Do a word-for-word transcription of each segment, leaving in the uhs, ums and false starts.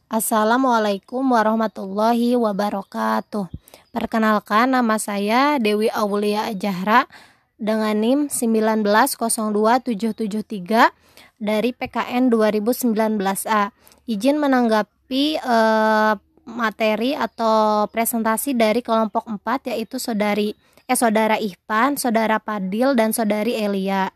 Assalamualaikum warahmatullahi wabarakatuh. Perkenalkan, nama saya Dewi Aulia Jahra dengan NIM sembilan belas nol dua tujuh tujuh tiga dari P K N dua ribu sembilan belas A. Izin menanggapi eh, materi atau presentasi dari kelompok empat, yaitu saudari eh saudara Ihpan, saudara Padil, dan saudari Elia.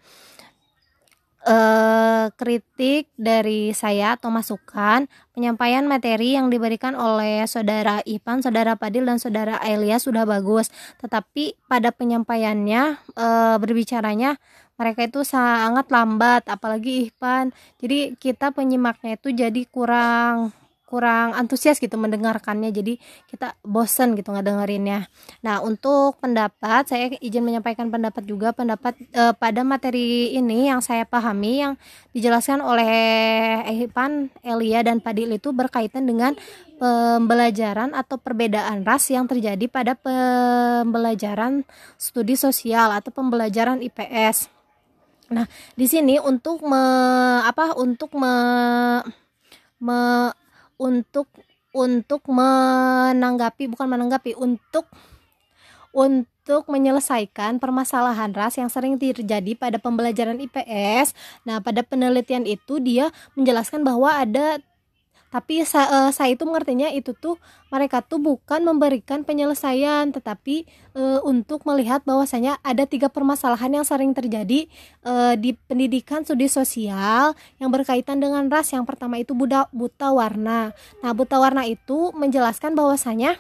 Eh, kritik dari saya atau masukan penyampaian materi yang diberikan oleh saudara Ipan, saudara Padil, dan saudara Elia sudah bagus, tetapi pada penyampaiannya eh, berbicaranya mereka itu sangat lambat, apalagi Ipan. Jadi kita penyimaknya itu jadi kurang kurang antusias gitu mendengarkannya, jadi kita bosen gitu ngedengerinnya. Nah, untuk pendapat, saya izin menyampaikan pendapat juga. Pendapat eh, pada materi ini yang saya pahami, yang dijelaskan oleh Ipan, Elia, dan Padil itu berkaitan dengan pembelajaran atau perbedaan ras yang terjadi pada pembelajaran studi sosial atau pembelajaran I P S. Nah, di sini untuk me, apa untuk me, me untuk untuk menanggapi bukan menanggapi untuk untuk menyelesaikan permasalahan ras yang sering terjadi pada pembelajaran I P S. Nah, pada penelitian itu dia menjelaskan bahwa ada, tapi sa, uh, saya itu mengertinya itu tuh mereka tuh bukan memberikan penyelesaian, tetapi uh, untuk melihat bahwasanya ada tiga permasalahan yang sering terjadi uh, di pendidikan studi sosial yang berkaitan dengan ras. Yang pertama itu buta, buta warna. Nah, buta warna itu menjelaskan bahwasanya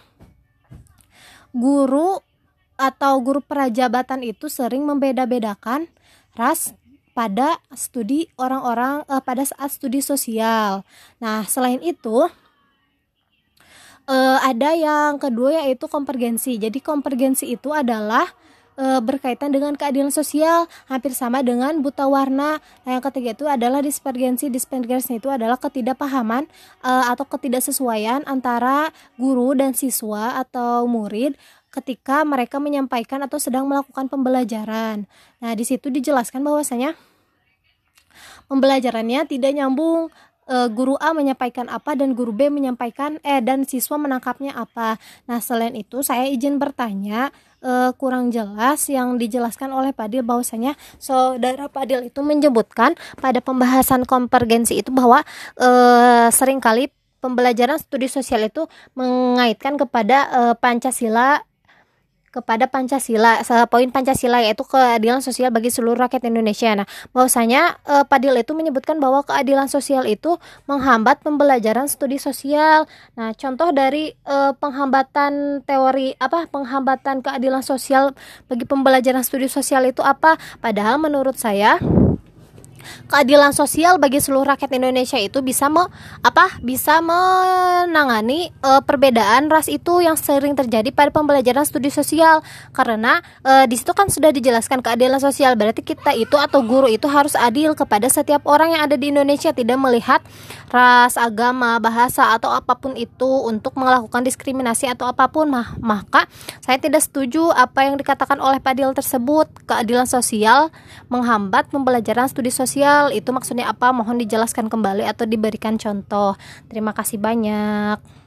guru atau guru perajabatan itu sering membeda-bedakan ras pada studi orang-orang eh, pada saat studi sosial. Nah, selain itu eh, ada yang kedua, yaitu konvergensi. Jadi konvergensi itu adalah eh, berkaitan dengan keadilan sosial, hampir sama dengan buta warna. Nah, yang ketiga itu adalah dispergensi. Dispergensi itu adalah ketidakpahaman eh, atau ketidaksesuaian antara guru dan siswa atau murid ketika mereka menyampaikan atau sedang melakukan pembelajaran. Nah, di situ dijelaskan bahwasanya pembelajarannya tidak nyambung. E, guru A menyampaikan apa dan guru B menyampaikan eh dan siswa menangkapnya apa. Nah, selain itu saya izin bertanya, e, kurang jelas yang dijelaskan oleh Padil bahwasanya saudara Padil itu menyebutkan pada pembahasan konvergensi itu bahwa e, seringkali pembelajaran studi sosial itu mengaitkan kepada e, Pancasila kepada Pancasila, poin Pancasila, yaitu keadilan sosial bagi seluruh rakyat Indonesia. Nah, bahwasanya eh, Padil itu menyebutkan bahwa keadilan sosial itu menghambat pembelajaran studi sosial. Nah, contoh dari eh, penghambatan teori apa penghambatan keadilan sosial bagi pembelajaran studi sosial itu apa? Padahal menurut saya keadilan sosial bagi seluruh rakyat Indonesia itu bisa me, apa bisa menangani e, perbedaan ras itu yang sering terjadi pada pembelajaran studi sosial, karena e, di situ kan sudah dijelaskan keadilan sosial, berarti kita itu atau guru itu harus adil kepada setiap orang yang ada di Indonesia, tidak melihat ras, agama, bahasa, atau apapun itu untuk melakukan diskriminasi atau apapun. Mah, maka saya tidak setuju apa yang dikatakan oleh Padil tersebut. Keadilan sosial menghambat pembelajaran studi sosial itu maksudnya apa? Mohon dijelaskan kembali atau diberikan contoh. Terima kasih banyak.